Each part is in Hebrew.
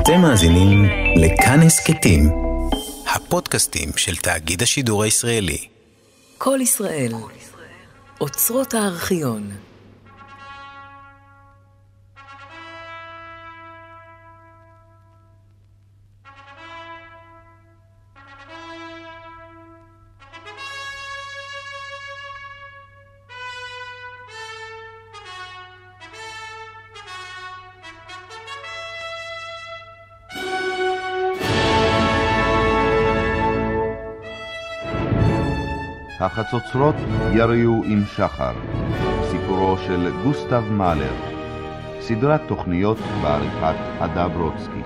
אתם מאזינים לכאן הסכתים, הפודקאסטים של תאגיד השידור הישראלי. כל ישראל, אוצרות הארכיון. החצוצרות יריעו עם שחר, סיפורו של גוסטב מאלר, סדרת תוכניות בעריכת עדה ברודסקי.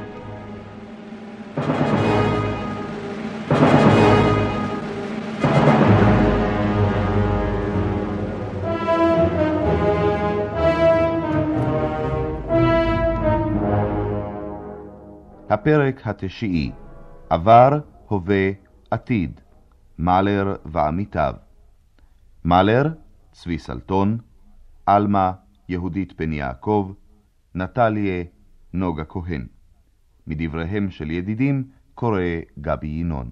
הפרק התשיעי, עבר, הווה, עתיד. מאלר ועמיתיו. מאלר, צבי סלטון, אלמה, יהודית בן יעקב, נטליה, נוגה כהן. מדבריהם של ידידים קורא גבי ינון.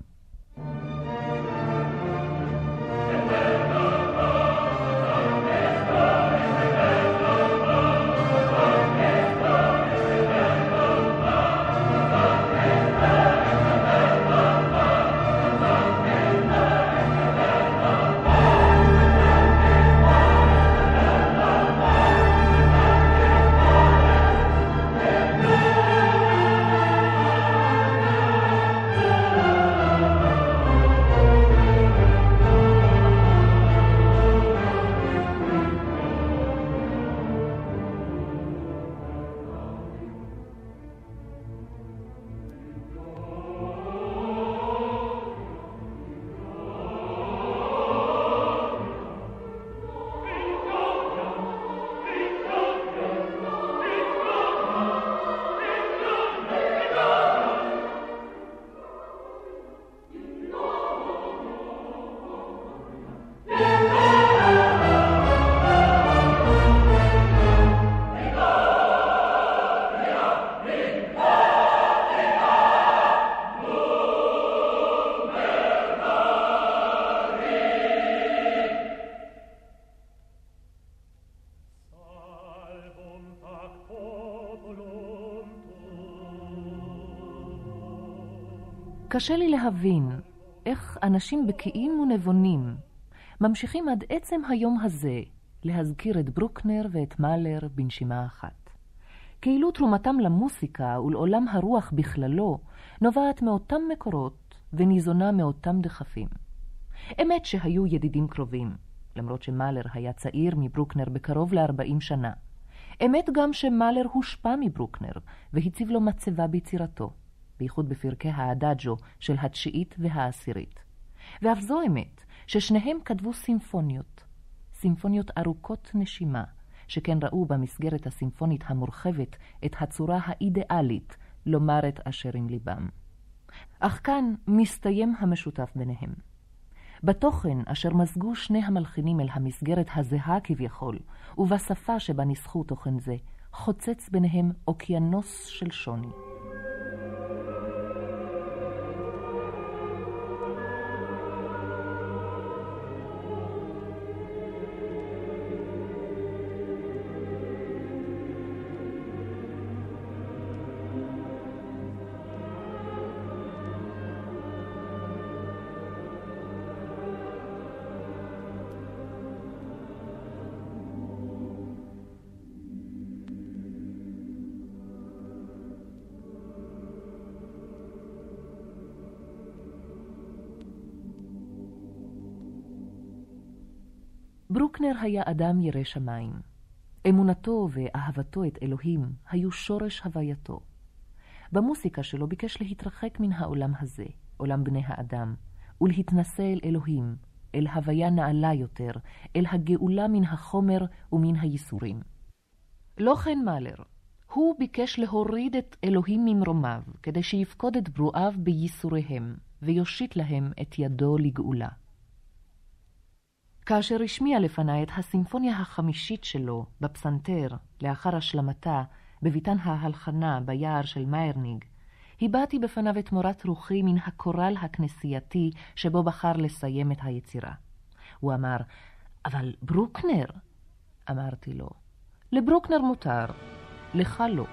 קשה לי להבין איך אנשים בקיאים ונבונים ממשיכים עד עצם היום הזה להזכיר את ברוקנר ואת מאלר בנשימה אחת. כאילו תרומתם למוסיקה ולעולם הרוח בכללו נובעת מאותם מקורות וניזונה מאותם דחפים. אמת שהיו ידידים קרובים, למרות שמאלר היה צעיר מברוקנר בקרוב ל-40 שנה. אמת גם שמאלר הושפע מברוקנר והציב לו מצבה ביצירתו, בייחוד בפרקי האדאג'ו של התשיעית והעשירית. ואף זו אמת ששניהם כתבו סימפוניות ארוכות נשימה, שכן ראו במסגרת הסימפונית המורחבת את הצורה האידיאלית לומר את אשר עם ליבם. אך כאן מסתיים המשותף ביניהם. בתוכן אשר מזגו שני המלחינים אל המסגרת הזהה כביכול, ובשפה שבה ניסחו תוכן זה, חוצץ ביניהם אוקיינוס של שוני. ברוקנר היה אדם ירא שמיים. אמונתו ואהבתו את אלוהים היו שורש הווייתו. במוסיקה שלו ביקש להתרחק מן העולם הזה, עולם בני האדם, ולהתנסה אל אלוהים, אל הוויה נעלה יותר, אל הגאולה מן החומר ומן הייסורים. לא כן מאלר. הוא ביקש להוריד את אלוהים ממרומיו, כדי שיפקוד את ברואיו בייסוריהם, ויושיט להם את ידו לגאולה. כאשר השמיע לפני את הסימפוניה החמישית שלו בפסנתר, לאחר השלמתה בביתן ההלחנה ביער של מיירניג, הבעתי בפניו את מורת רוחי מן הקורל הכנסייתי שבו בחר לסיים את היצירה. הוא אמר, אבל ברוקנר? אמרתי לו, לברוקנר מותר, לך לא.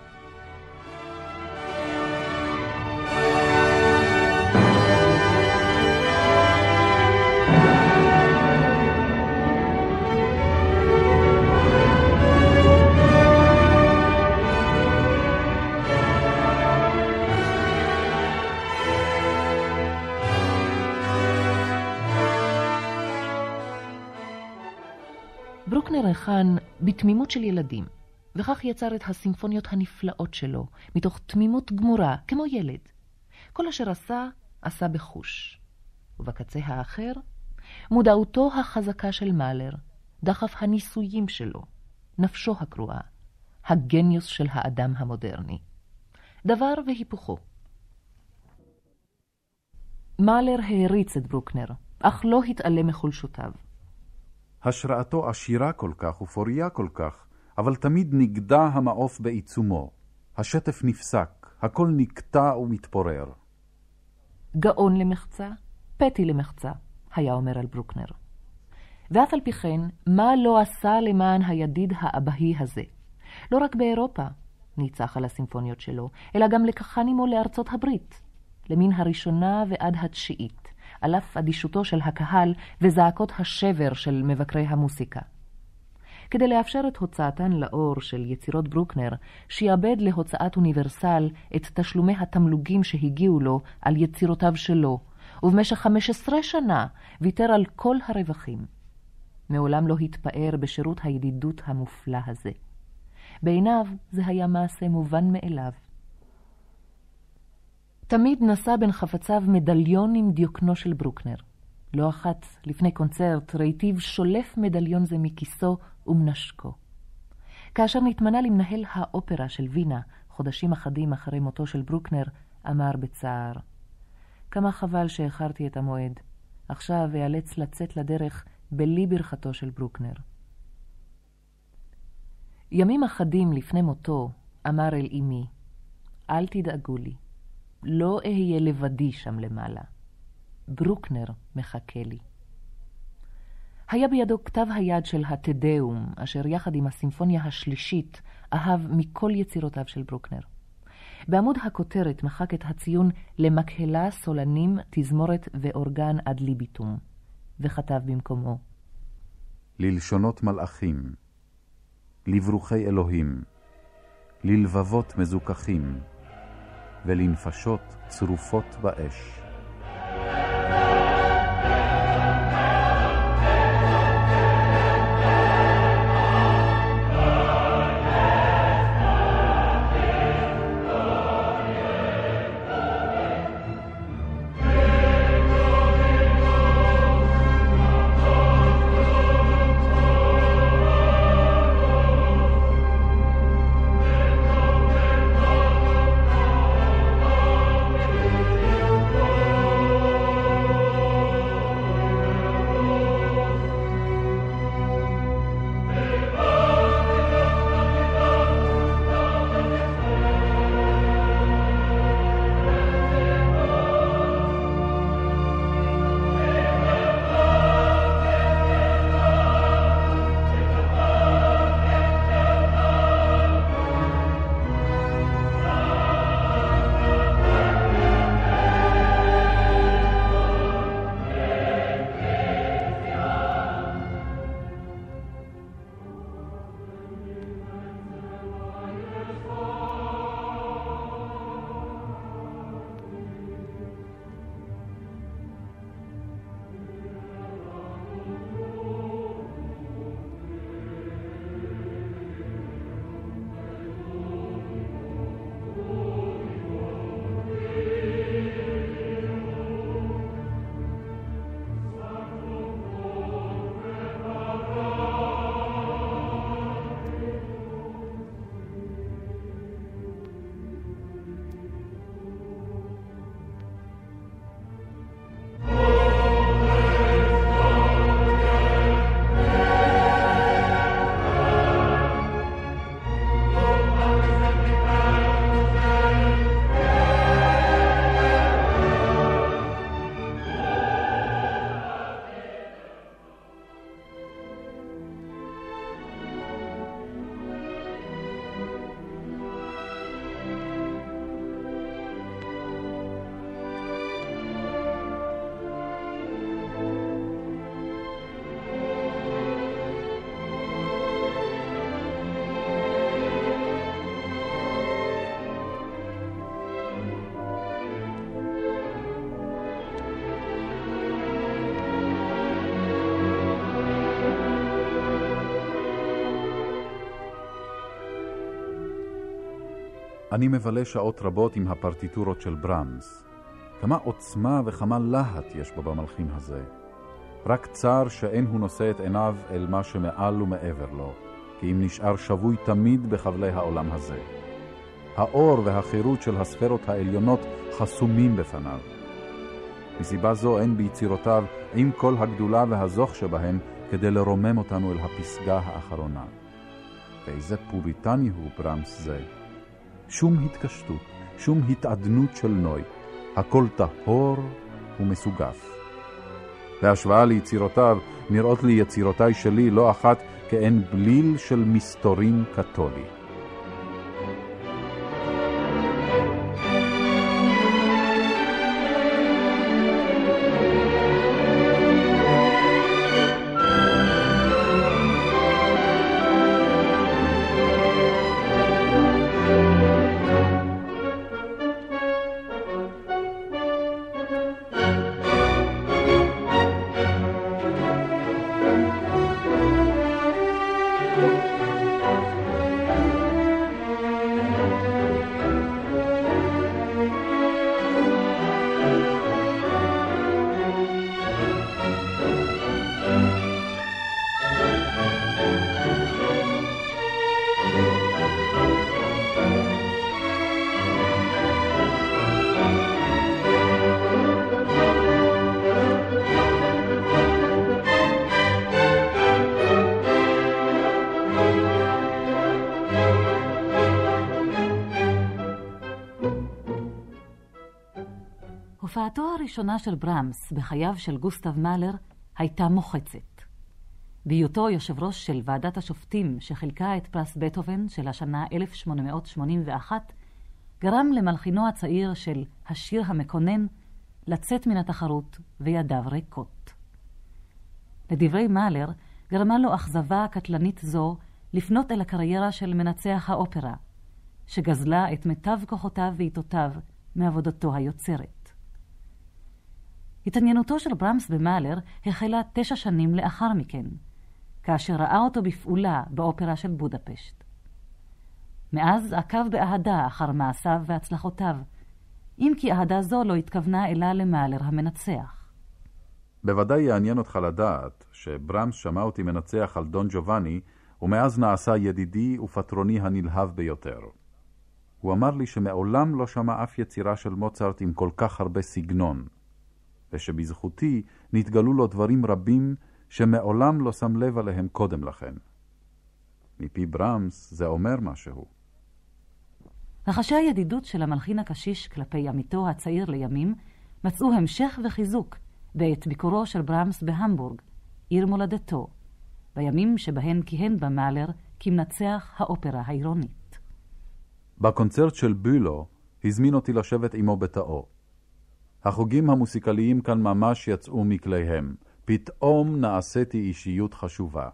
ברוקנר הכן בתמימות של ילדים, וכך יצר את הסימפוניות הנפלאות שלו, מתוך תמימות גמורה, כמו ילד. כל אשר עשה בחוש. ובקצה האחר, מודעותו החזקה של מאלר, דחף הניסויים שלו, נפשו הקרועה, הגניוס של האדם המודרני. דבר והיפוכו. מאלר העריץ את ברוקנר, אך לא התעלם מחולשותיו. השראתו עשירה כל כך ופוריה כל כך, אבל תמיד נגדע המעוף בעיצומו. השטף נפסק, הכל נקטע ומתפורר. גאון למחצה, פתי למחצה, היה אומר על ברוקנר. ואף על פי כן, מה לא עשה למען הידיד האבהי הזה? לא רק באירופה ניצח על הסימפוניות שלו, אלא גם לקחן עמו לארצות הברית, למין הראשונה ועד התשיעית. על אף אדישותו של הקהל וזעקות השבר של מבקרי המוסיקה. כדי לאפשר את הוצאתן לאור של יצירות ברוקנר, שיעבד להוצאת אוניברסל את תשלומי התמלוגים שהגיעו לו על יצירותיו שלו, ובמשך 15 שנה ויתר על כל הרווחים. מעולם לא התפאר בשירות הידידות המופלא הזה. בעיניו זה היה מעשה מובן מאליו. תמיד נשא בין חפציו מדליון עם דיוקנו של ברוקנר. לא אחת, לפני קונצרט, ראיתיו שולף מדליון זה מכיסו ומנשקו. כאשר נתמנה למנהל האופרה של וינה, חודשים אחדים אחרי מותו של ברוקנר, אמר בצער, כמה חבל שהחרתי את המועד. עכשיו אאלץ לצאת לדרך בלי ברכתו של ברוקנר. ימים אחדים לפני מותו, אמר אל אמי, אל תדאגו לי. לא אהיה לבדי שם למעלה. ברוקנר מחכה לי. היה בידו כתב היד של התדאום, אשר יחד עם הסימפוניה השלישית אהב מכל יצירותיו של ברוקנר. בעמוד הכותרת מחק את הציון למקהלה, סולנים, תזמורת ואורגן עד ליביטום, וכתב במקומו, ללשונות מלאכים, לברוכי אלוהים, ללבבות מזוכחים, ולנפשות צרופות באש. אני מבלה שעות רבות עם הפרטיטורות של ברמס. כמה עוצמה וכמה להט יש בו במלחין הזה. רק צער שאין הוא נושא את עיניו אל מה שמעל ומעבר לו, כי אם נשאר שבוי תמיד בחבלי העולם הזה. האור והחירות של הספרות העליונות חסומים בפניו. מסיבה זו אין ביצירותיו עם כל הגדולה והזוך שבהן כדי לרומם אותנו אל הפסגה האחרונה. ואיזה פוריטני הוא ברמס זה. שום התקשטות, שום התעדנות של נוי. הכל טהור ומסוגף. בהשוואה ליצירותיו, נראות לי יצירותיי שלי לא אחת כאין בליל של מסתורין קתולי. הופעתו הראשונה של ברמס בחייו של גוסטב מאלר הייתה מוחצת. בהיותו יושב ראש של ועדת השופטים שחילקה את פרס בטהובן של השנה 1881, גרם למלחינו הצעיר של השיר המקונן לצאת מן התחרות וידיו ריקות. לדברי מאלר גרמה לו אכזבה קטלנית זו לפנות אל הקריירה של מנצח האופרה, שגזלה את מיטב כוחותיו ועיתותיו מעבודתו היוצרת. התעניינותו של ברמס במאלר החלה 9 שנים לאחר מכן, כאשר ראה אותו בפעולה באופרה של בודפשט. מאז עקב באהדה אחר מעשיו והצלחותיו, אם כי אהדה זו לא התכוונה אלא למאלר המנצח. בוודאי יעניין אותך לדעת שברמס שמע אותי מנצח על דון ג'ובאני, ומאז נעשה ידידי ופטרוני הנלהב ביותר. הוא אמר לי שמעולם לא שמע אף יצירה של מוצרט עם כל כך הרבה סגנון, ושבזכותי נתגלו לו דברים רבים שמעולם לא שם לב עליהם קודם לכן. מפי ברמס זה אומר משהו. רחשי הידידות של המלחין הקשיש כלפי עמיתו הצעיר לימים מצאו המשך וחיזוק בעת ביקורו של ברמס בהמבורג, עיר מולדתו, בימים שבהן כיהן במאלר כמנצח האופרה העירונית. בקונצרט של בולו הזמין אותי לשבת עמו בתאו. החוגים המוסיקליים כאן ממש יצאו מכליהם. פתאום נעשיתי אישיות חשובה.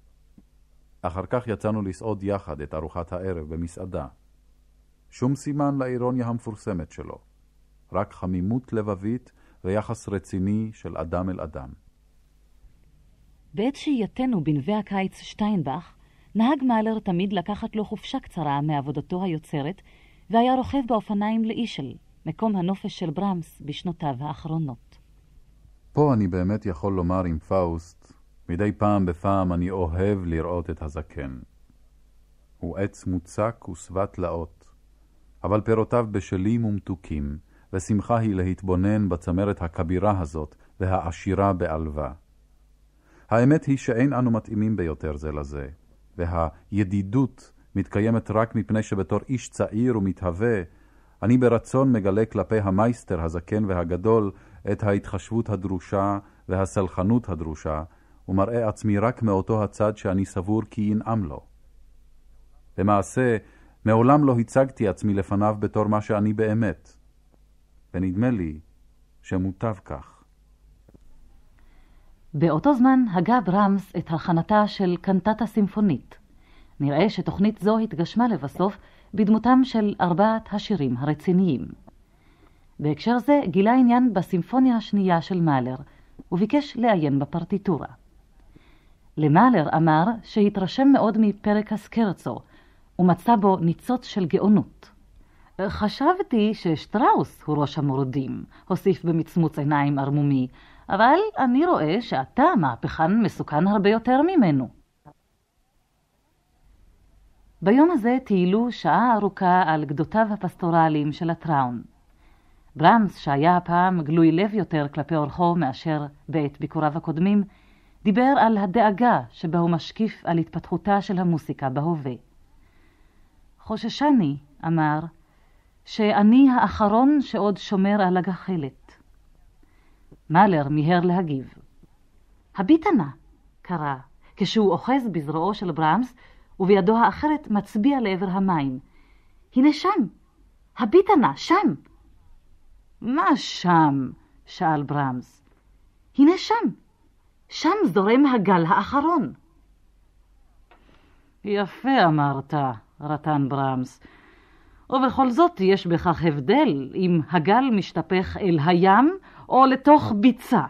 אחר כך יצאנו לסעוד יחד את ארוחת הערב במסעדה. שום סימן לאירוניה המפורסמת שלו. רק חמימות לבבית ויחס רציני של אדם אל אדם. בעת שהייתנו בנווה הקיץ שטיינבך, נהג מאלר תמיד לקחת לו חופשה קצרה מעבודתו היוצרת, והיה רוכב באופניים לאישל, מקום הנופש של ברמס בשנותיו האחרונות. פה אני באמת יכול לומר עם פאוסט, מדי פעם בפעם אני אוהב לראות את הזקן. הוא עץ מוצק ושבט לאות, אבל פירותיו בשלים ומתוקים, ושמחה היא להתבונן בצמרת הכבירה הזאת והעשירה בעלווה. האמת היא שאין אנו מתאימים ביותר זה לזה, והידידות מתקיימת רק מפני שבתור איש צעיר ומתהווה, אני ברצון מגלה כלפי המייסטר הזקן והגדול את ההתחשבות הדרושה והסלחנות הדרושה, ומראה עצמי רק מאותו הצד שאני סבור כי ינעם לו. למעשה, מעולם לא הצגתי עצמי לפניו בתור מה שאני באמת, ונדמה לי שמוטב כך. באותו זמן הגה ברמס את הכנתה של קנטטה סימפונית. נראה שתוכנית זו התגשמה לבסוף בדמותם של 4 השירים הרציניים. בהקשר זה גילה עניין בסימפוניה השנייה של מאלר, וביקש לעיין בפרטיטורה. למאלר אמר שהתרשם מאוד מפרק הסקרצו, ומצא בו ניצוץ של גאונות. חשבתי ששטראוס הוא ראש המורדים, הוסיף במצמוץ עיניים ערמומי, אבל אני רואה שאתה מהפכן מסוכן הרבה יותר ממנו. ביום הזה טיילו שעה ארוכה על גדותיו הפסטורליים של הטראון. ברמס, שהיה הפעם גלוי לב יותר כלפי אורחו מאשר בעת ביקוריו הקודמים, דיבר על הדאגה שבה הוא משקיף על התפתחותה של המוסיקה בהווה. חוששני, אמר, שאני האחרון שעוד שומר על הגחלת. מאלר מיהר להגיב. הביטה נא, קרא, כשהוא אוחז בזרועו של ברמס, ובידו האחרת מצביע לעבר המים. הנה שם, הביטה נא, שם. מה שם? שאל ברמס. הנה שם, שם זורם הגל האחרון. יפה אמרת, רטן ברמס. ובכל זאת יש בכך הבדל אם הגל משתפך אל הים או לתוך ביצה.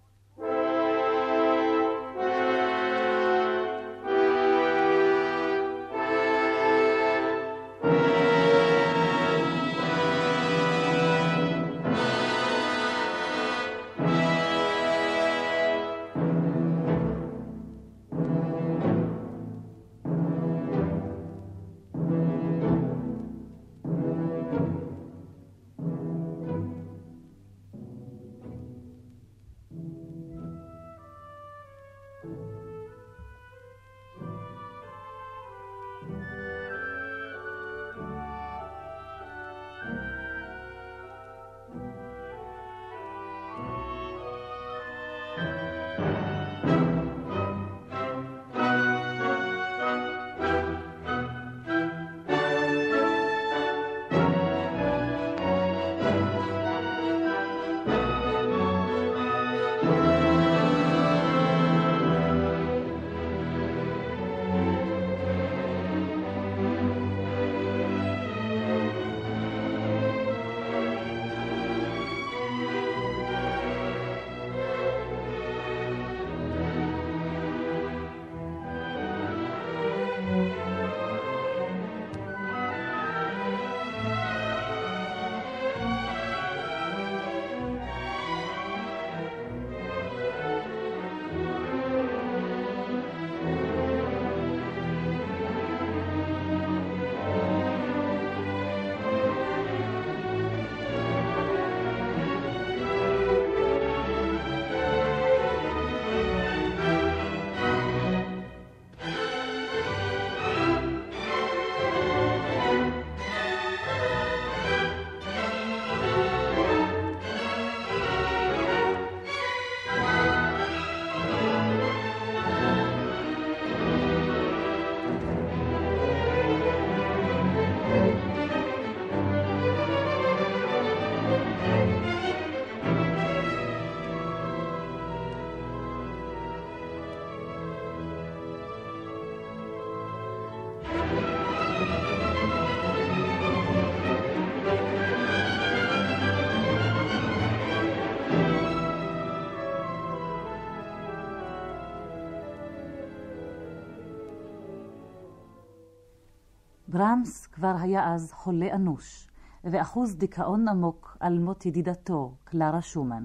ברמס כבר היה אז חולה אנוש, ואחוז דיכאון עמוק על מות ידידתו, קלרה שומן.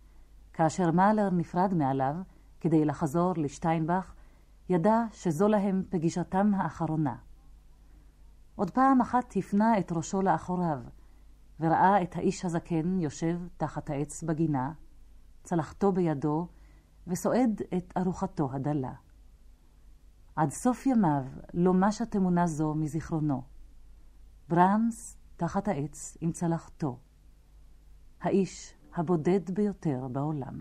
כאשר מאלר נפרד מעליו, כדי לחזור לשטיינבך, ידע שזו להם פגישתם האחרונה. עוד פעם אחת הפנה את ראשו לאחוריו, וראה את האיש הזקן יושב תחת העץ בגינה, צלחתו בידו, וסועד את ארוחתו הדלה. עד סוף ימיו לא משה תמונה זו מזיכרונו. ברמס תחת העץ עם צלחתו. האיש הבודד ביותר בעולם.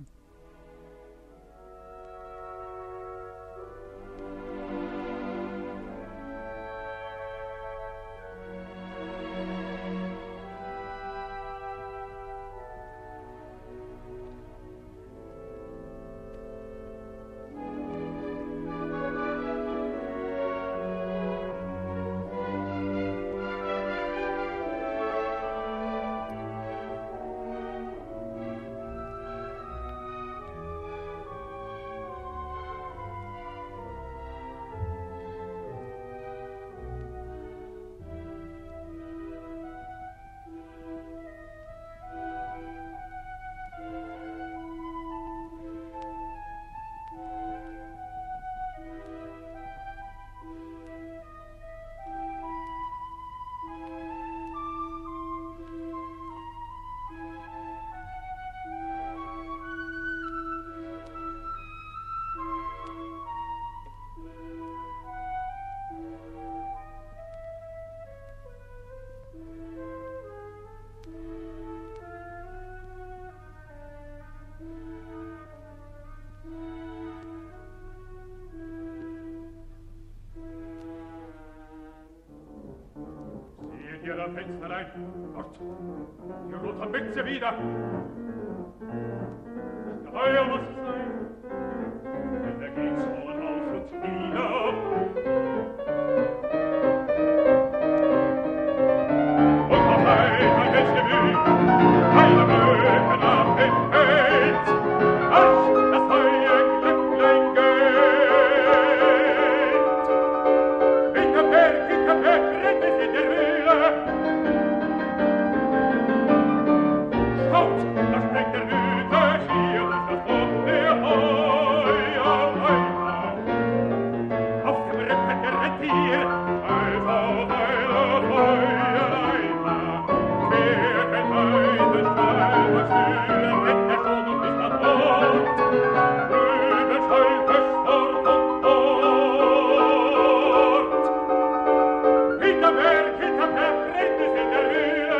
Fensterlein. Dort, hier rot am Witze wieder. Das Geheuer muss es sein, denn da geht's wohl auf und nieder. Und noch ein welche Mühe, keine Möge nach dem Feld. Ach, das neue Glücklein geht. Hinterberg, rennt es in der Höhle. Schaut, da springt der Hüter, hier ist das Wort der Heuer. Auf dem Rücken der Rentier, Alter, Heuer. Schwer kein Heide, Schweiber, Schüler, rennt der schon und nicht an Bord. Rüber schallt es fort und fort. Hinterberg, rennt es in der Höhle.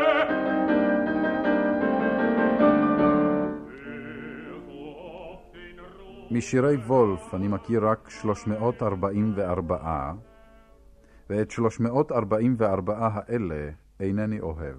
משירי וולף אני מכיר רק 344, ואת 344 האלה אינני אוהב.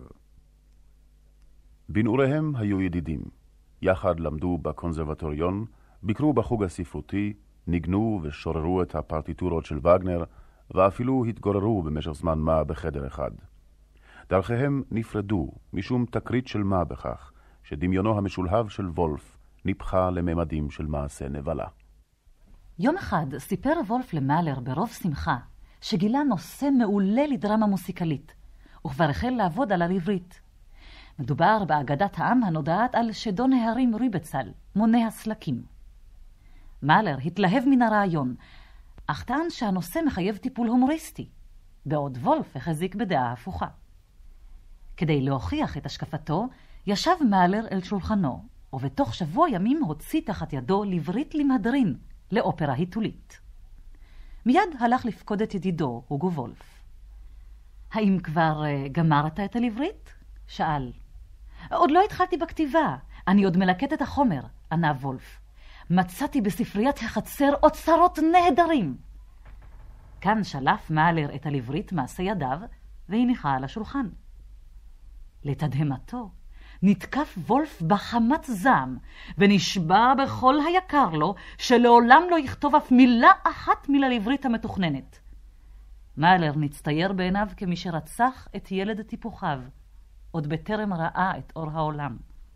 בנעוריהם היו ידידים. יחד למדו בקונסרבטוריון, ביקרו בחוג הספרותי, ניגנו ושוררו את הפרטיטורות של וגנר, ואפילו התגוררו במשך זמן מה בחדר אחד. דרכיהם נפרדו משום תקרית של מה בכך, שדמיונו המשולהב של וולף ניפחה לממדים של מעשה נבלה. יום אחד סיפר וולף למאלר ברוב שמחה שגילה נושא מעולה לדרמה מוסיקלית, וכבר החל לעבוד על העברית. מדובר באגדת העם הנודעת על שדון ההרים ריבצל, מונה הסלקים. מאלר התלהב מן הרעיון, אך טען שהנושא מחייב טיפול הומוריסטי, בעוד וולף החזיק בדעה הפוכה. כדי להוכיח את השקפתו, ישב מאלר אל שולחנו, ובתוך שבוע ימים הוציא תחת ידו לברית למהדרין לאופרה היתולית. מיד הלך לפקוד את ידידו, הוגו וולף. האם כבר גמרת את הלברית? שאל. עוד לא התחלתי בכתיבה, אני עוד מלקט את החומר, ענה וולף. מצאתי בספריית החצר אוצרות נהדרים. כאן שלף מאלר את הלברית מעשה ידיו והניחה על השולחן. לתדהמתו, נתקף וולף בחמת זעם, ונשבע בכל היקר לו שלעולם לא יכתוב אף מילה אחת מלעברית המתוכננת. מאלר נצטייר בעיניו כמי שרצח את ילד טיפוחיו, עוד בטרם ראה את אור העולם.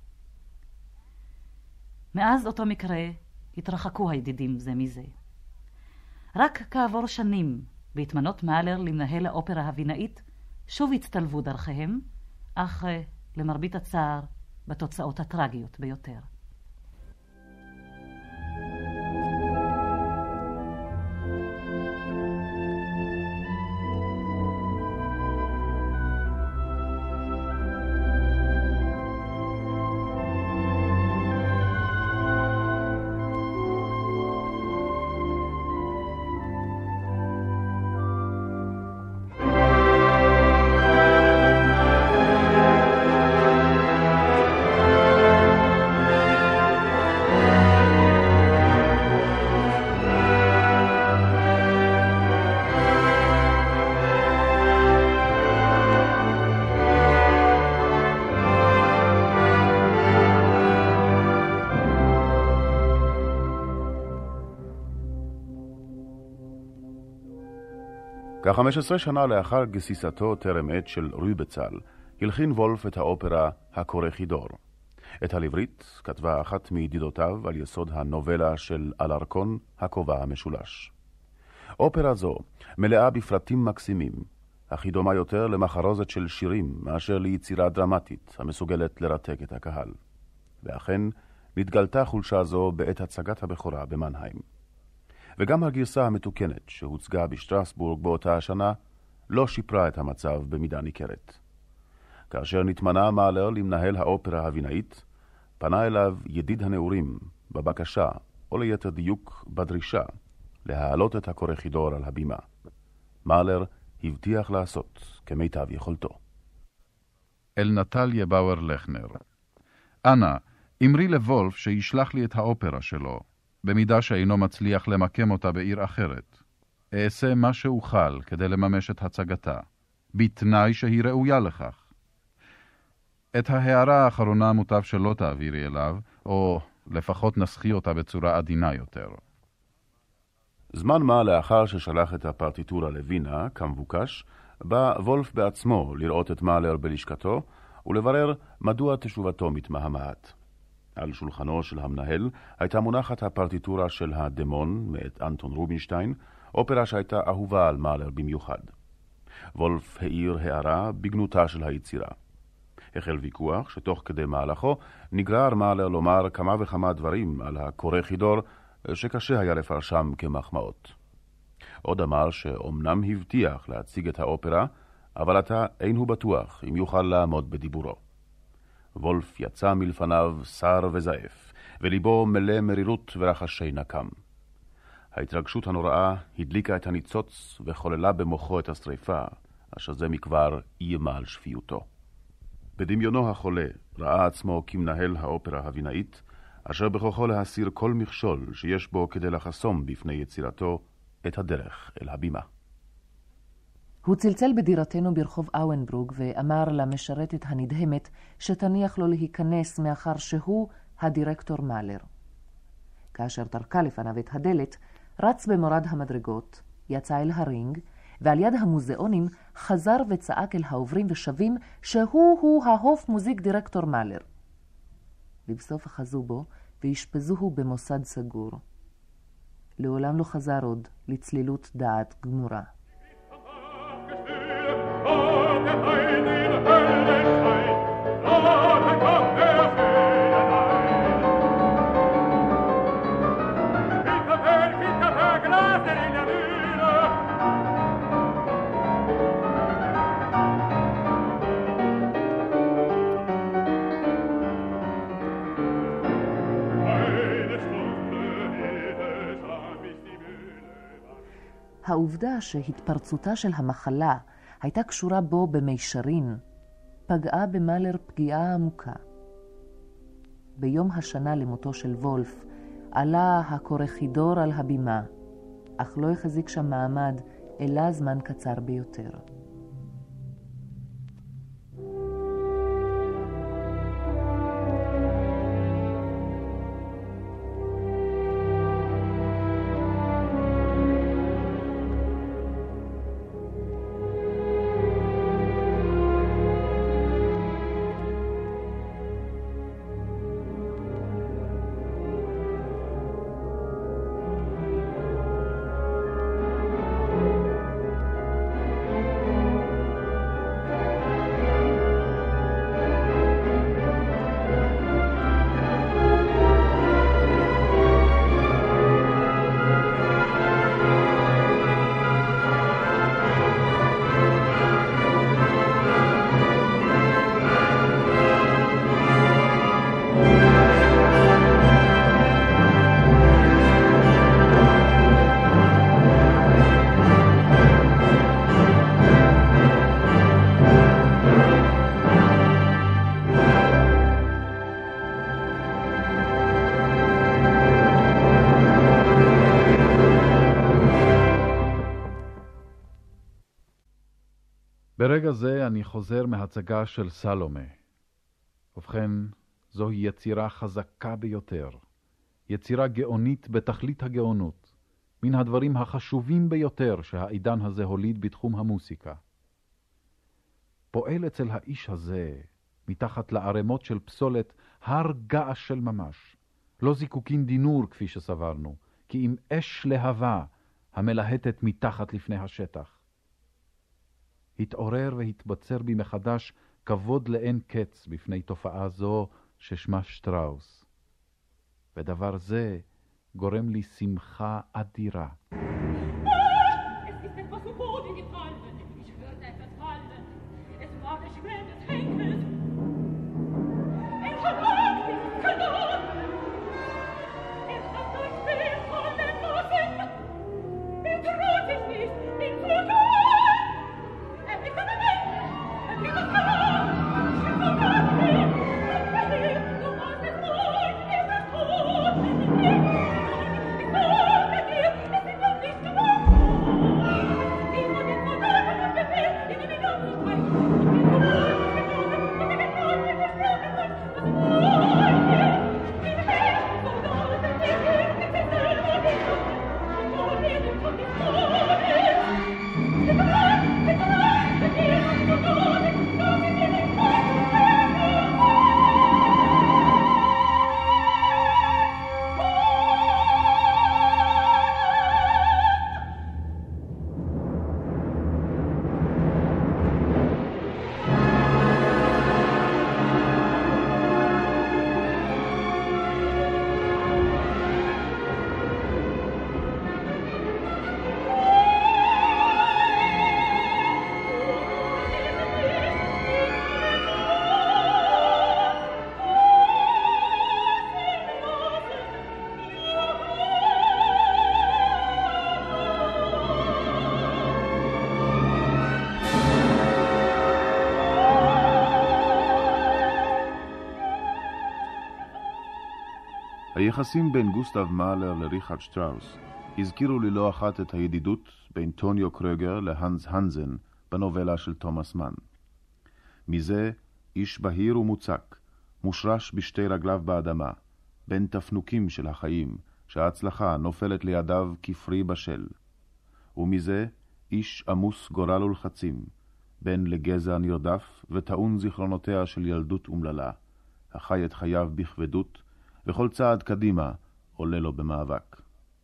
מאז אותו מקרה התרחקו הידידים זה מזה. רק כעבור שנים, בהתמנות מאלר למנהל האופרה הווינאית, שוב הצטלבו דרכיהם, אך למרבית הצער בתוצאות הטרגיות ביותר. כ-15 שנה לאחר גסיסתו טרם עת של ריבצל, הלחין וולף את האופרה הקורחידור. את הלברית כתבה אחת מידידותיו על יסוד הנובלה של אלרקון, הכובע המשולש. אופרה זו מלאה בפרטים מקסימים, אך היא דומה יותר למחרוזת של שירים מאשר ליצירה דרמטית המסוגלת לרתק את הקהל. ואכן נתגלתה חולשה זו בעת הצגת הבכורה במנהיים. וגם הגרסה המתוקנת שהוצגה בשטרסבורג באותה השנה לא שיפרה את המצב במידה ניכרת. כאשר נתמנה מאלר למנהל האופרה הווינאית, פנה אליו ידיד הנעורים בבקשה, או ליתר דיוק בדרישה, להעלות את הקורחידור על הבימה. מאלר הבטיח לעשות כמיטב יכולתו. אל נטליה באואר לכנר. אנא, אמרי לוולף שישלח לי את האופרה שלו, במידה שאינו מצליח למקם אותה בעיר אחרת. אעשה מה שאוכל כדי לממש את הצגתה. בתנאי שהיא ראויה לכך. את ההערה האחרונה מוטב שלא תעבירי אליו, או לפחות נסחי אותה בצורה עדינה יותר. זמן מה לאחר ששלח את הפרטיטורה לווינה, כמבוקש, בא וולף בעצמו לראות את מאלר בלשכתו, ולברר מדוע תשובתו מתמהמהת. על שולחנו של המנהל הייתה מונחת הפרטיטורה של הדמון מאת אנטון רובינשטיין, אופרה שהייתה אהובה על מאלר במיוחד. וולף העיר הערה בגנותה של היצירה. החל ויכוח שתוך כדי מהלכו נגרר מאלר לומר כמה וכמה דברים על הקורא חידור שקשה היה לפרשם כמחמאות. עוד אמר שאומנם הבטיח להציג את האופרה, אבל עתה אין הוא בטוח אם יוכל לעמוד בדיבורו. וולף יצא מלפניו שר וזעף, וליבו מלא מרירות ורחשי נקם. ההתרגשות הנוראה הדליקה את הניצוץ וחוללה במוחו את השריפה, אשר זה מכבר איימה על שפיותו. בדמיונו החולה ראה עצמו כמנהל האופרה הווינאית, אשר בכוחו להסיר כל מכשול שיש בו כדי לחסום בפני יצירתו את הדרך אל הבימה. הוא צלצל בדירתנו ברחוב אוונברג ואמר למשרתת הנדהמת שתניח לו להיכנס מאחר שהוא הדירקטור מאלר. כאשר טרקה לפניו את הדלת, רץ במורד המדרגות, יצא אל הרינג, ועל יד המוזיאונים חזר וצעק אל העוברים ושבים שהוא ההוף מוזיק דירקטור מאלר. לבסוף אחזו בו והשפזוהו במוסד סגור. לעולם לא חזר עוד לצלילות דעת גמורה. העובדה שהתפרצותה של המחלה הייתה קשורה בו במישרין, פגעה במאלר פגיעה עמוקה. ביום השנה למותו של וולף עלה הקורא חידור על הבימה, אך לא החזיק שם מעמד אלא זמן קצר ביותר. ברגע זה אני חוזר מהצגה של סלומה. ובכן, זוהי יצירה חזקה ביותר. יצירה גאונית בתכלית הגאונות. מן הדברים החשובים ביותר שהעידן הזה הוליד בתחום המוסיקה. פועל אצל האיש הזה, מתחת לערמות של פסולת, הר געש של ממש. לא זיקוקין דינור כפי שסברנו, כי אם אש להבה המלהטת מתחת לפני השטח. התעורר והתבצר בי מחדש כבוד לאין קץ בפני תופעה זו ששמה שטראוס. ודבר זה גורם לי שמחה אדירה. Come on! היחסים בין גוסטב מאלר לריכרד שטראוס הזכירו לי לא אחת את הידידות בין טוניו קרוגר להנס הנסן בנובלה של תומאס מן. מזה איש בהיר ומוצק, מושרש בשתי רגליו באדמה, בין תפנוקים של החיים, שההצלחה נופלת לידיו כפרי בשל. ומזה איש עמוס גורל ולחצים, בין לגזע נרדף וטעון זיכרונותיה של ילדות אומללה, החי את חייו בכבדות, וכל צעד קדימה עולה לו במאבק.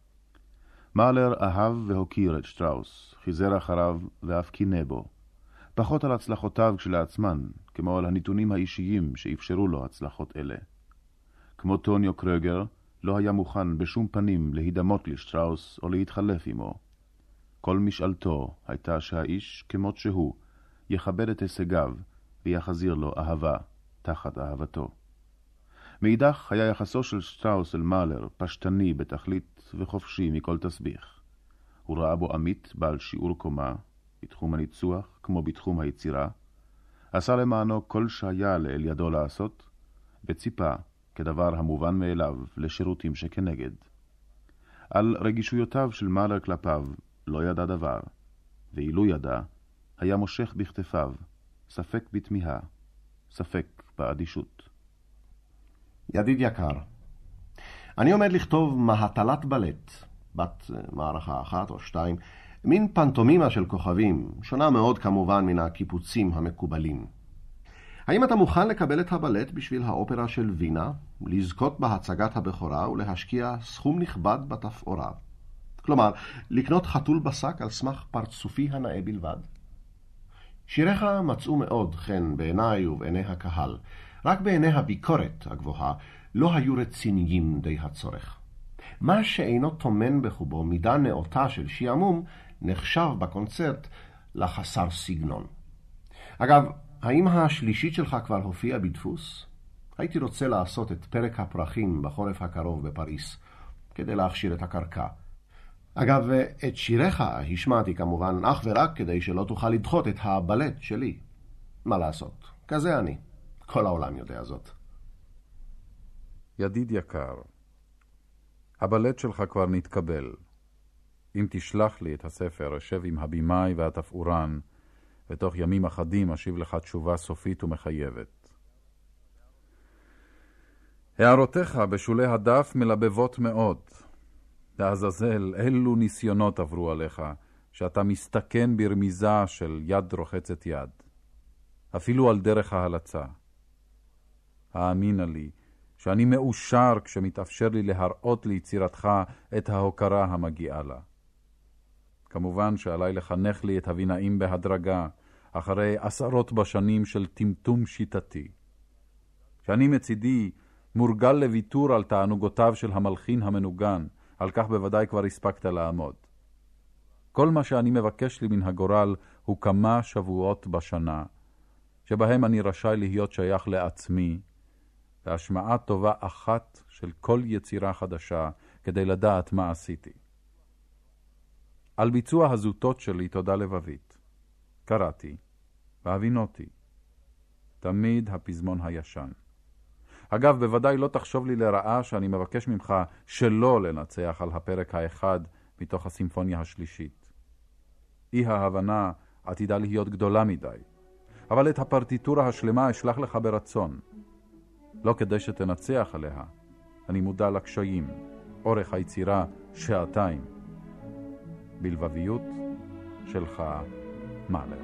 מאלר אהב והוקיר את שטראוס, חיזר אחריו ואף קינא בו, פחות על הצלחותיו כשלעצמן, כמו על הנתונים האישיים שאפשרו לו הצלחות אלה. כמו טוניו קרוגר, לא היה מוכן בשום פנים להידמות לשטראוס או להתחלף עמו. כל משאלתו הייתה שהאיש, כמות שהוא, יכבד את הישגיו ויחזיר לו אהבה תחת אהבתו. מאידך היה יחסו של שטראוס אל מאלר פשטני בתכלית וחופשי מכל תסביך. הוא ראה בו עמית בעל שיעור קומה, בתחום הניצוח כמו בתחום היצירה, עשה למענו כל שהיה לאל ידו לעשות, וציפה, כדבר המובן מאליו, לשירותים שכנגד. על רגישויותיו של מאלר כלפיו לא ידע דבר, ואילו ידע, היה מושך בכתפיו, ספק בתמיהה, ספק באדישות. ידיד יקר, אני עומד לכתוב מהטלת בלט, בת מערכה 1 או 2, מין פנטומימה של כוכבים, שונה מאוד כמובן מן הקיפוצים המקובלים. האם אתה מוכן לקבל את הבלט בשביל האופרה של וינה, לזכות בהצגת הבכורה ולהשקיע סכום נכבד בתפאורה? כלומר, לקנות חתול בשק על סמך פרצופי הנאה בלבד? שיריך מצאו מאוד חן בעיניי ובעיני הקהל, רק בעיני הביקורת הגבוהה לא היו רציניים די הצורך. מה שאינו תומן בחובו מידה נאותה של שיעמום נחשב בקונצרט לחסר סגנון. אגב, האם השלישית שלך כבר הופיעה בדפוס? הייתי רוצה לעשות את פרק הפרחים בחורף הקרוב בפריס, כדי להכשיר את הקרקע. אגב, את שיריך השמעתי כמובן אך ורק כדי שלא תוכל לדחות את הבלט שלי. מה לעשות? כזה אני. כל העולם יודע זאת. ידיד יקר, הבלט שלך כבר נתקבל. אם תשלח לי את הספר, אשב עם הבימאי והתפאורן, ותוך ימים אחדים אשיב לך תשובה סופית ומחייבת. הערותיך בשולי הדף מלבבות מאוד. לעזאזל, אילו ניסיונות עברו עליך, שאתה מסתכן ברמיזה של יד רוחצת יד. אפילו על דרך ההלצה. האמינה לי, שאני מאושר כשמתאפשר לי להראות ליצירתך את ההוקרה המגיעה לה. כמובן שעליי לחנך לי את הבינאים בהדרגה, אחרי עשרות בשנים של טמטום שיטתי. שאני מצידי מורגל לוויתור על תענוגותיו של המלחין המנוגן, על כך בוודאי כבר הספקת לעמוד. כל מה שאני מבקש לי מן הגורל הוא כמה שבועות בשנה, שבהם אני רשאי להיות שייך לעצמי, והשמעה טובה אחת של כל יצירה חדשה כדי לדעת מה עשיתי. על ביצוע הזוטות שלי תודה לבבית. קראתי והבינותי. תמיד הפזמון הישן. אגב, בוודאי לא תחשוב לי לרעה שאני מבקש ממך שלא לנצח על הפרק האחד מתוך הסימפוניה השלישית. אי ההבנה עתידה להיות גדולה מדי, אבל את הפרטיטורה השלמה אשלח לך ברצון. לא כדי שתנצח עליה, אני מודע לקשיים, אורך היצירה 2 שעתיים. בלבביות שלך, מאלר.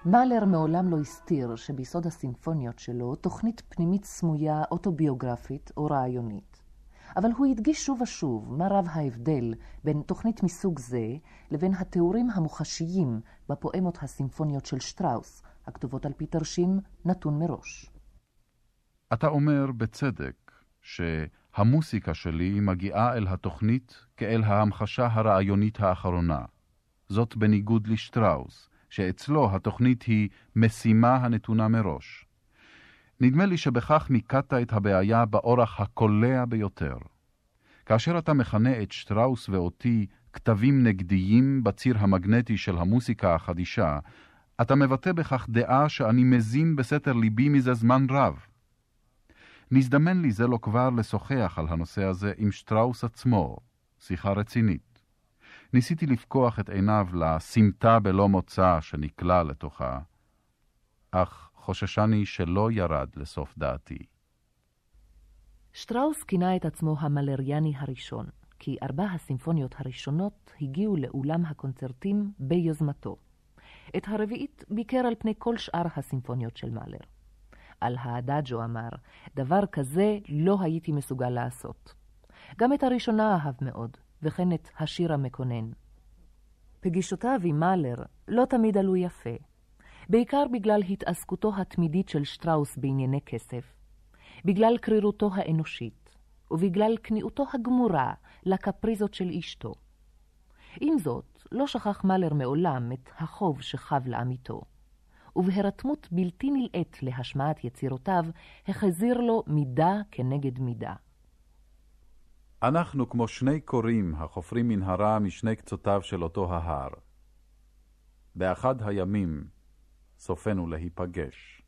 מאלר מעולם לא הסתיר שביסוד הסימפוניות שלו תוכנית פנימית סמויה, אוטוביוגרפית או רעיונית. אבל הוא הדגיש שוב ושוב מה רב ההבדל בין תוכנית מסוג זה לבין התיאורים המוחשיים בפואמות הסימפוניות של שטראוס, הכתובות על פי תרשים נתון מראש. אתה אומר בצדק שהמוסיקה שלי מגיעה אל התוכנית כאל ההמחשה הרעיונית האחרונה. זאת בניגוד לשטראוס, שאצלו התוכנית היא משימה הנתונה מראש. נדמה לי שבכך מיקדת את הבעיה באורח הקולע ביותר. כאשר אתה מכנה את שטראוס ואותי כתבים נגדיים בציר המגנטי של המוסיקה החדישה, אתה מבטא בכך דעה שאני מזין בסתר ליבי מזה זמן רב. נזדמן לי זה לא כבר לשוחח על הנושא הזה עם שטראוס עצמו, שיחה רצינית. ניסיתי לפקוח את עיניו לסמטה בלא מוצא שנקלע לתוכה, אך חוששני שלא ירד לסוף דעתי. שטראוס כינה את עצמו המלריאני הראשון, כי 4 הסימפוניות הראשונות הגיעו לאולם הקונצרטים ביוזמתו. את הרביעית ביקר על פני כל שאר הסימפוניות של מאלר. על האדאג'ו אמר, דבר כזה לא הייתי מסוגל לעשות. גם את הראשונה אהב מאוד, וכן את השיר המקונן. פגישותיו עם מאלר לא תמיד עלו יפה, בעיקר בגלל התעסקותו התמידית של שטראוס בענייני כסף, בגלל קרירותו האנושית, ובגלל כניעותו הגמורה לקפריזות של אשתו. עם זאת, לא שכח מאלר מעולם את החוב שחב לעמיתו, ובהירתמות בלתי נלאית להשמעת יצירותיו, החזיר לו מידה כנגד מידה. אנחנו כמו שני קוראים החופרים מנהרה משני קצותיו של אותו ההר. באחד הימים סופנו להיפגש.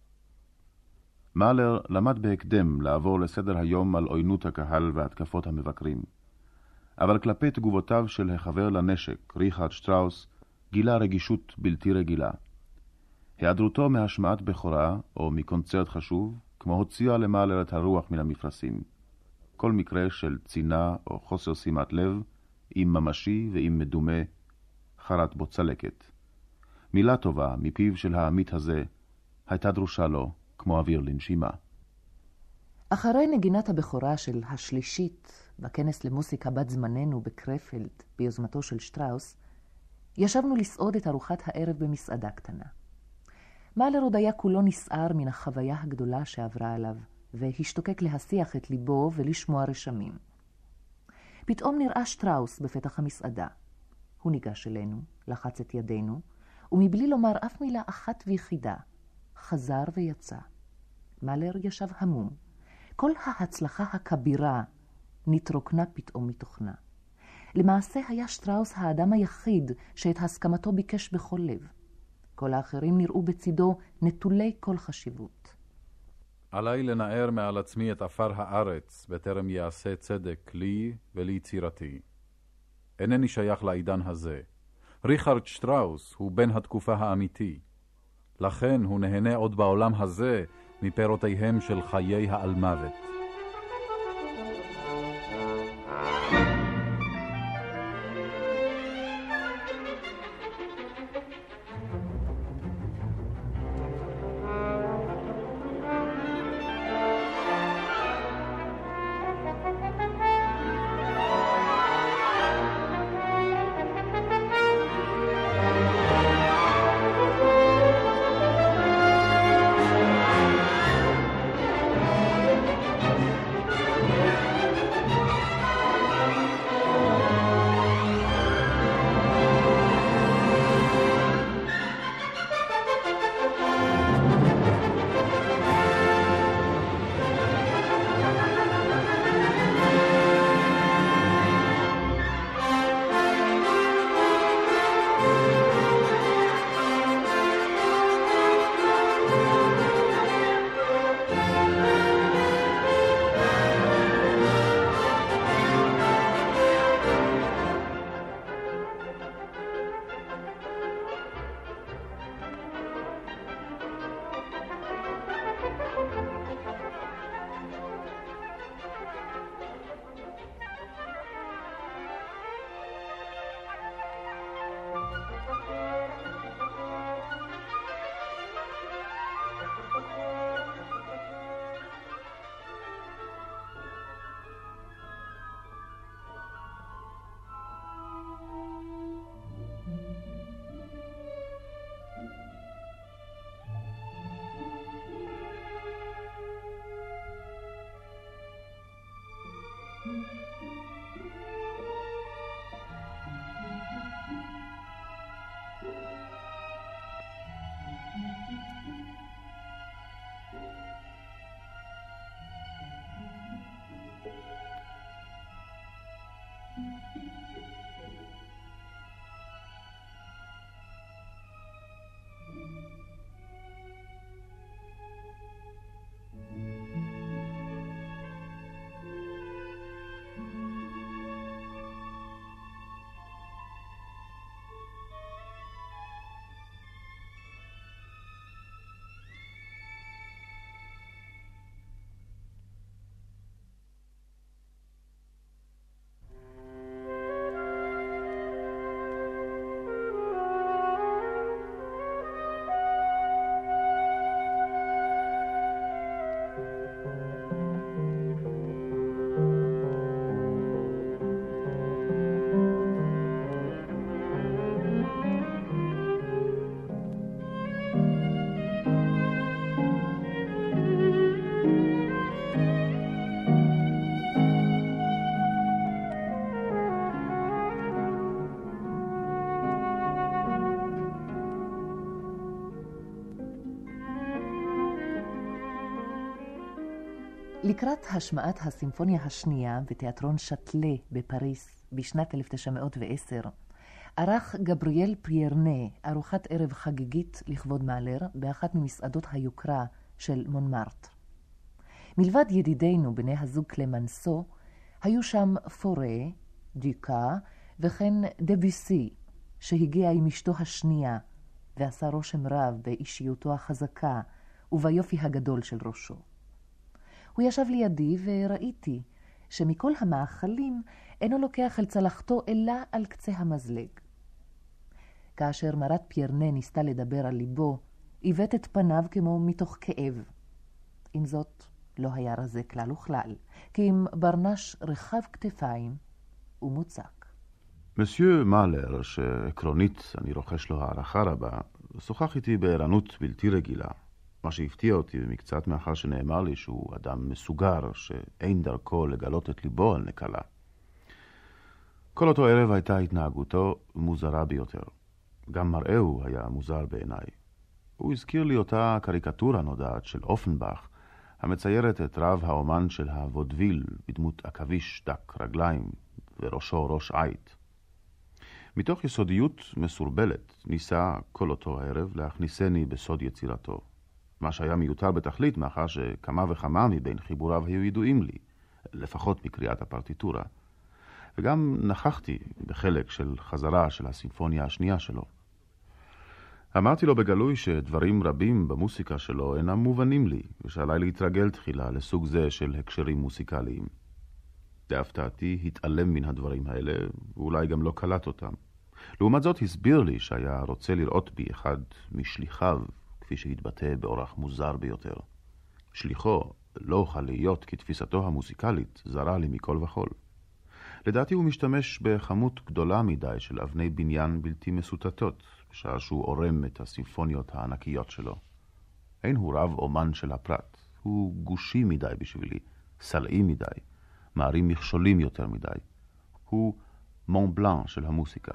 מאלר למד בהקדם לעבור לסדר היום על עוינות הקהל והתקפות המבקרים. אבל כלפי תגובותיו של החבר לנשק, ריכרד שטראוס, גילה רגישות בלתי רגילה. היעדרותו מהשמעת בכורה או מקונצרט חשוב, כמו הוציאה למאלר את הרוח מן המפרשים. כל מקרה של צינה או חוסר שימת לב, אם ממשי ואם מדומה, חרת בו צלקת. מילה טובה מפיו של העמית הזה הייתה דרושה לו כמו אוויר לנשימה. אחרי נגינת הבכורה של השלישית בכנס למוסיקה בת זמננו בקרפלד ביוזמתו של שטראוס, ישבנו לסעוד את ארוחת הערב במסעדה קטנה. מאלר עוד היה כולו נסער מן החוויה הגדולה שעברה עליו, והשתוקק להשיח את ליבו ולשמוע רשמים. פתאום נראה שטראוס בפתח המסעדה. הוא ניגש אלינו, לחץ את ידינו, ומבלי לומר אף מילה אחת ויחידה, חזר ויצא. מאלר ישב המום. כל ההצלחה הכבירה נתרוקנה פתאום מתוכנה. למעשה היה שטראוס האדם היחיד שאת הסכמתו ביקש בכל לב. כל האחרים נראו בצידו נטולי כל חשיבות. עליי לנער מעל עצמי את אפר הארץ, בטרם יעשה צדק לי וליצירתי. אינני שייך לעידן הזה. ריכרד שטראוס הוא בן התקופה האמיתי. לכן הוא נהנה עוד בעולם הזה מפירותיהם של חיי האלמוות. לקראת השמעת הסימפוניה השנייה בתיאטרון שטלה בפריס בשנת 1910, ערך גבריאל פירנה ארוחת ערב חגיגית לכבוד מאלר באחת ממסעדות היוקרה של מונמרטר. מלבד ידידינו בני הזוג קלמנסו, היו שם פורה, דיקה וכן דביסי, שהגיע עם אשתו השנייה ועשה רושם רב באישיותו החזקה וביופי הגדול של ראשו. הוא ישב לידי וראיתי שמכל המאכלים אינו לוקח אל צלחתו אלא על קצה המזלג. כאשר מרת פירנה ניסתה לדבר על ליבו, עיוות את פניו כמו מתוך כאב. עם זאת, לא היה רזה כלל וכלל, כי עם ברנש רחב כתפיים ומוצק. מסייר מאלר, שעקרונית אני רוכש לו הערכה רבה, שוחח איתי בערנות בלתי רגילה, מה שהפתיע אותי במקצת מאחר שנאמר לי שהוא אדם מסוגר, שאין דרכו לגלות את ליבו על נקלה. כל אותו ערב הייתה התנהגותו מוזרה ביותר. גם מראהו היה מוזר בעיניי. הוא הזכיר לי אותה קריקטורה נודעת של אופנבך, המציירת את רב האומן של הוודוויל בדמות עכביש דק רגליים וראשו ראש עית. מתוך יסודיות מסורבלת ניסה כל אותו הערב להכניסני בסוד יצירתו, מה שהיה מיותר בתכלית מאחר שכמה וכמה מבין חיבוריו היו ידועים לי, לפחות מקריאת הפרטיטורה, וגם נכחתי בחלק של חזרה של הסימפוניה השנייה שלו. אמרתי לו בגלוי שדברים רבים במוסיקה שלו אינם מובנים לי, ושעליי להתרגל תחילה לסוג זה של הקשרים מוסיקליים. להפתעתי התעלם מן הדברים האלה, ואולי גם לא קלט אותם. לעומת זאת הסביר לי שהיה רוצה לראות בי אחד משליחיו, כפי שהתבטא באורח מוזר ביותר. שליחו לא אוכל להיות כתפיסתו המוסיקלית זרה לי מכל וכל. לדעתי הוא משתמש בכמות גדולה מדי של אבני בניין בלתי מסוטטות, בשעה שהוא עורם את הסימפוניות הענקיות שלו. אין הוא רב אומן של הפרט, הוא גושי מדי בשבילי, סלעי מדי, מערים מכשולים יותר מדי. הוא מון בלן של המוסיקה.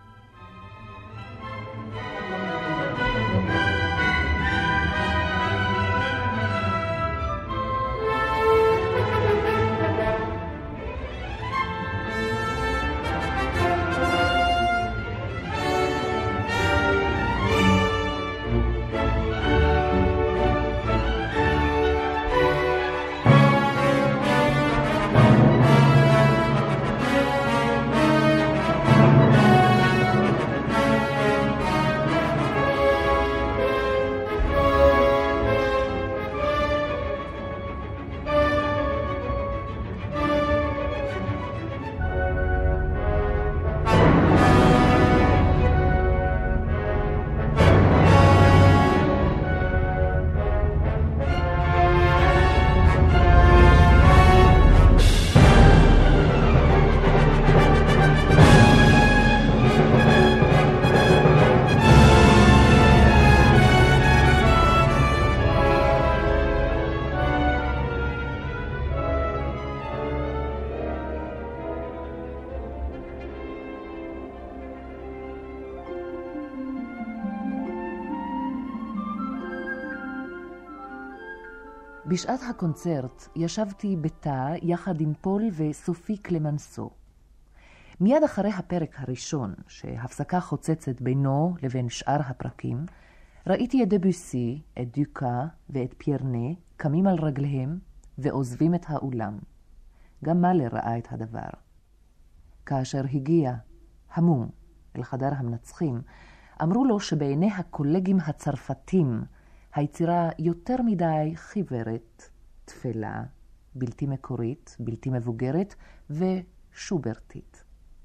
בשעת הקונצרט ישבתי בתא יחד עם פול וסופי קלמנסו. מיד אחרי הפרק הראשון, שהפסקה חוצצת בינו לבין שאר הפרקים, ראיתי את דביסי, את דיקה ואת פירנה קמים על רגליהם ועוזבים את האולם. גם מאלר ראה את הדבר. כאשר הגיע המום אל חדר המנצחים, אמרו לו שבעיני הקולגים הצרפתים היצירה יותר מדי חיוורת, תפלה, בלתי מקורית, בלתי מבוגרת ושוברטית.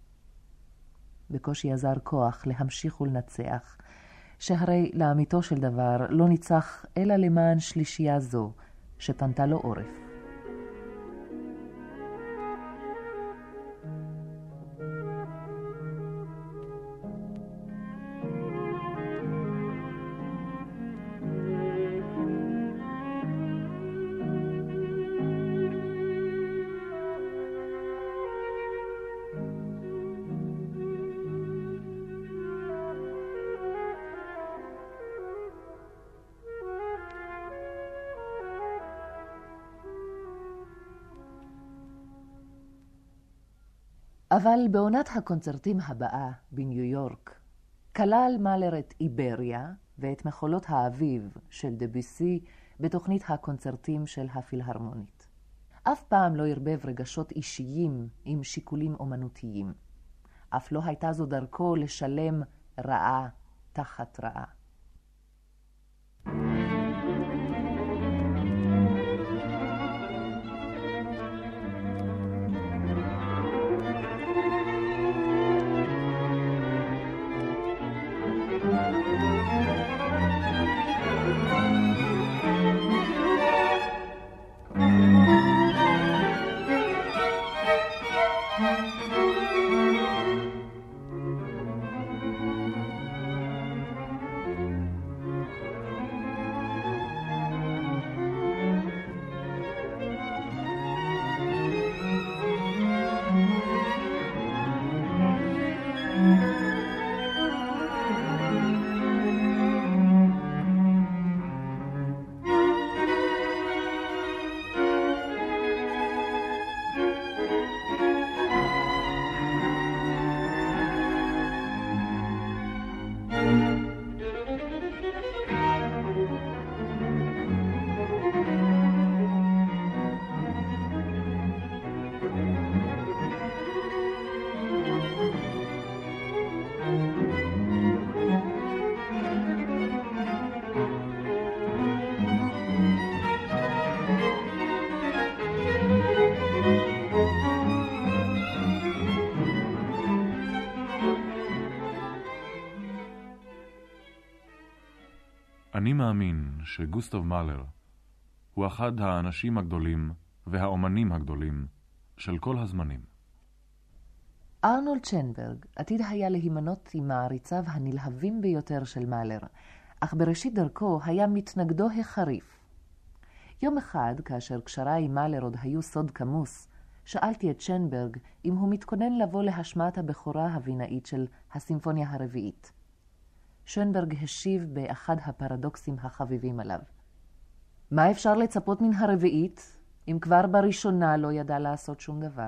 בקושי עזר כוח להמשיך ולנצח, שהרי לאמיתו של דבר לא ניצח אלא למען שלישייה זו שפנתה לו עורף. אבל בעונת הקונצרטים הבאה בניו יורק, כלל מאלר את איבריה ואת מחולות האביב של דביסי בתוכנית הקונצרטים של הפילהרמונית. אף פעם לא הרבב רגשות אישיים עם שיקולים אומנותיים. אף לא הייתה זו דרכו לשלם רעה תחת רעה. אני מאמין שגוסטוב מאלר הוא אחד האנשים הגדולים והאומנים הגדולים של כל הזמנים. ארנולד שנברג עתיד היה להימנות עם מעריציו הנלהבים ביותר של מאלר, אך בראשית דרכו היה מתנגדו החריף. יום אחד, כאשר קשריי עם מאלר עוד היו סוד כמוס, שאלתי את שנברג אם הוא מתכונן לבוא להשמעת הבכורה הווינאית של הסימפוניה הרביעית. שנברג השיב באחד הפרדוקסים החביבים עליו. מה אפשר לצפות מן הרביעית, אם כבר בראשונה לא ידע לעשות שום דבר?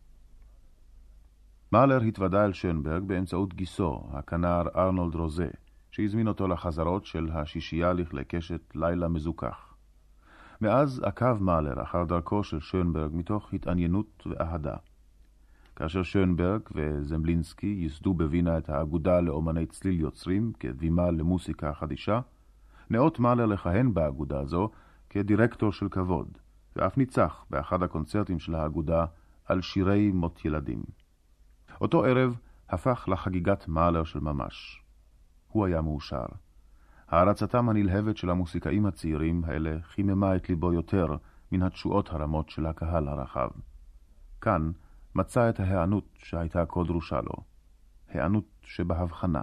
מאלר התוודע אל שנברג באמצעות גיסו, הכנר ארנולד רוזה, שהזמין אותו לחזרות של השישייה לכלי קשת לילה מזוכח. מאז עקב מאלר אחר דרכו של שנברג מתוך התעניינות ואהדה. כאשר שנברג וזמבלינסקי ייסדו בווינה את האגודה לאומני צליל יוצרים כבימה למוסיקה חדישה, נאות מאלר לכהן באגודה הזו כדירקטור של כבוד, ואף ניצח באחד הקונצרטים של האגודה על שירי מות ילדים. אותו ערב הפך לחגיגת מאלר של ממש. הוא היה מאושר. הערצתם הנלהבת של המוסיקאים הצעירים האלה חיממה את ליבו יותר מן התשואות הרמות של הקהל הרחב. כאן מצא את ההיענות שהייתה כה דרושה לו, היענות שבהבחנה.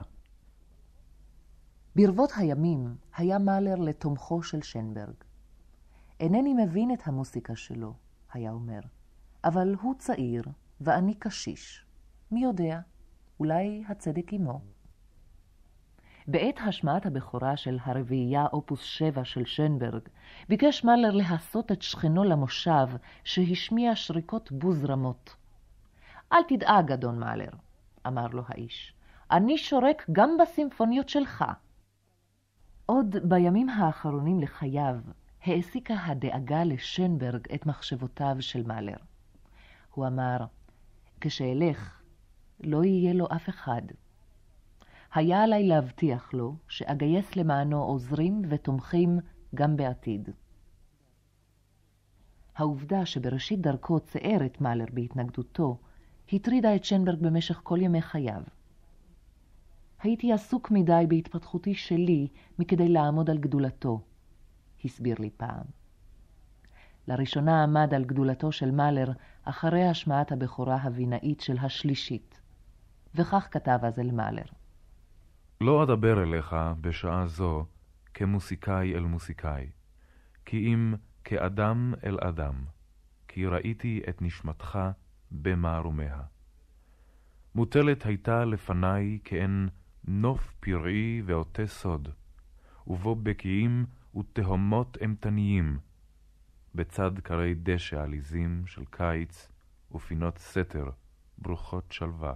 ברבות הימים היה מאלר לתומכו של שנברג. אינני מבין את המוסיקה שלו, היה אומר, אבל הוא צעיר ואני קשיש. מי יודע, אולי הצדק עמו. בעת השמעת הבכורה של הרביעייה אופוס 7 של שנברג, ביקש מאלר להסות את שכנו למושב שהשמיע שריקות בוז רמות. אל תדאג, אדון מאלר, אמר לו האיש. אני שורק גם בסימפוניות שלך. עוד בימים האחרונים לחייו, העסיקה הדאגה לשנברג את מחשבותיו של מאלר. הוא אמר, כשאלך, לא יהיה לו אף אחד. היה עליי להבטיח לו שאגייס למענו עוזרים ותומכים גם בעתיד. העובדה שבראשית דרכו צייר את מאלר בהתנגדותו, הטרידה את שנברג במשך כל ימי חייו. הייתי עסוק מדי בהתפתחותי שלי מכדי לעמוד על גדולתו, הסביר לי פעם. לראשונה עמד על גדולתו של מאלר אחרי השמעת הבכורה הווינאית של השלישית, וכך כתב אז אל מאלר. לא אדבר אליך בשעה זו כמוסיקאי אל מוסיקאי, כי אם כאדם אל אדם, כי ראיתי את נשמתך במערומיה. מוטלת הייתה לפניי כאין נוף פראי ועוטה סוד, ובו בקיעים ותהומות אמתניים, בצד קרי דשא עליזים של קיץ ופינות סתר ברוכות שלווה.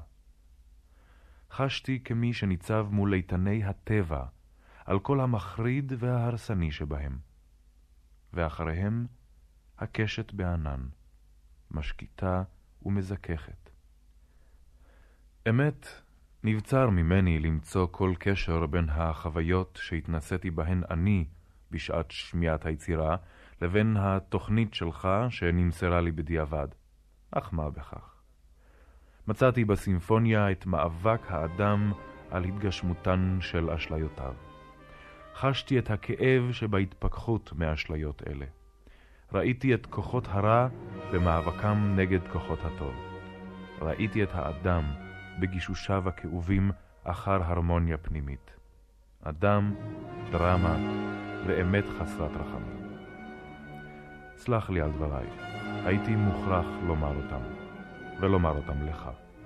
חשתי כמי שניצב מול איתני הטבע, על כל המחריד וההרסני שבהם. ואחריהם הקשת בענן, משקיטה ומזככת. אמת, נבצר ממני למצוא כל קשר בין החוויות שהתנסיתי בהן אני בשעת שמיעת היצירה, לבין התוכנית שלך שנמסרה לי בדיעבד. אך מה בכך? מצאתי בסימפוניה את מאבק האדם על התגשמותן של אשליותיו. חשתי את הכאב שבהתפכחות מאשליות אלה. ראיתי את כוחות הרע במאבקם נגד כוחות הטוב. ראיתי את האדם בגישושיו הכאובים אחר הרמוניה פנימית. אדם, דרמה ואמת חסרת רחמים. סלח לי על דבריי, הייתי מוכרח לומר אותם, ולומר אותם לך.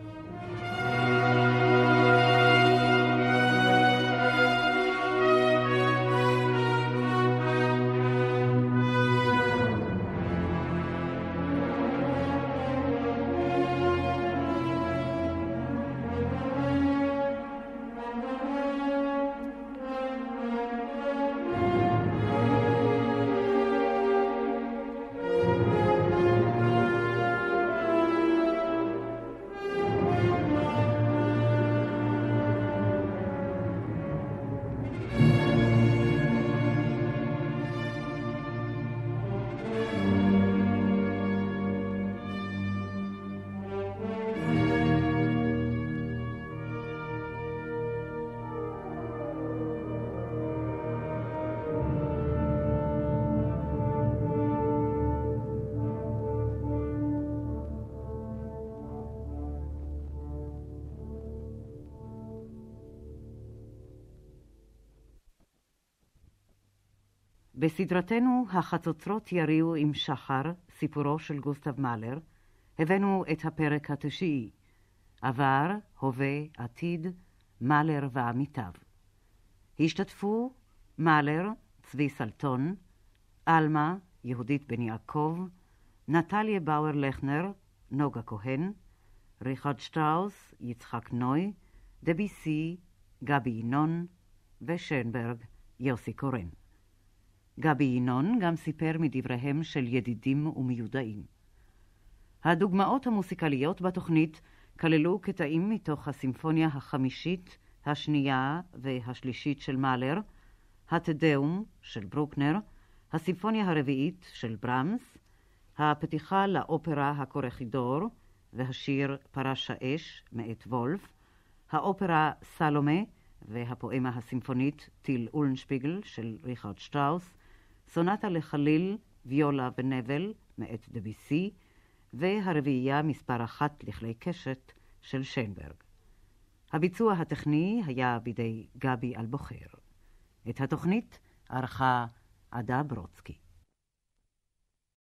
בסדרתנו החצוצרות יריעו עם שחר, סיפורו של גוסטב מאלר, הבאנו את הפרק התשיעי, עבר, הווה, עתיד, מאלר ועמיתיו. השתתפו מאלר, צבי סלטון, אלמה, יהודית בן יעקב, נטליה באואר לכנר, נוגה כהן, ריכרד שטראוס, יצחק נוי, דביסי, גבי ינון, ושנברג, יוסי קורן. גבי ינון גם סיפר מדבריהם של ידידים ומיודעים. הדוגמאות המוסיקליות בתוכנית כללו קטעים מתוך הסימפוניה החמישית, השנייה והשלישית של מאלר, התדאום של ברוקנר, הסימפוניה הרביעית של ברמס, הפתיחה לאופרה הקורחידור והשיר פרש האש מאת וולף, האופרה סלומה והפואמה הסימפונית טיל אולנשפיגל של ריכרד שטראוס, סונטה לחליל, ויולה ונבל מאת דביסי, והרביעייה מספר 1 לכלי קשת של שנברג. הביצוע הטכני היה בידי גבי אלבוחר. את התוכנית ערכה עדה ברוצקי.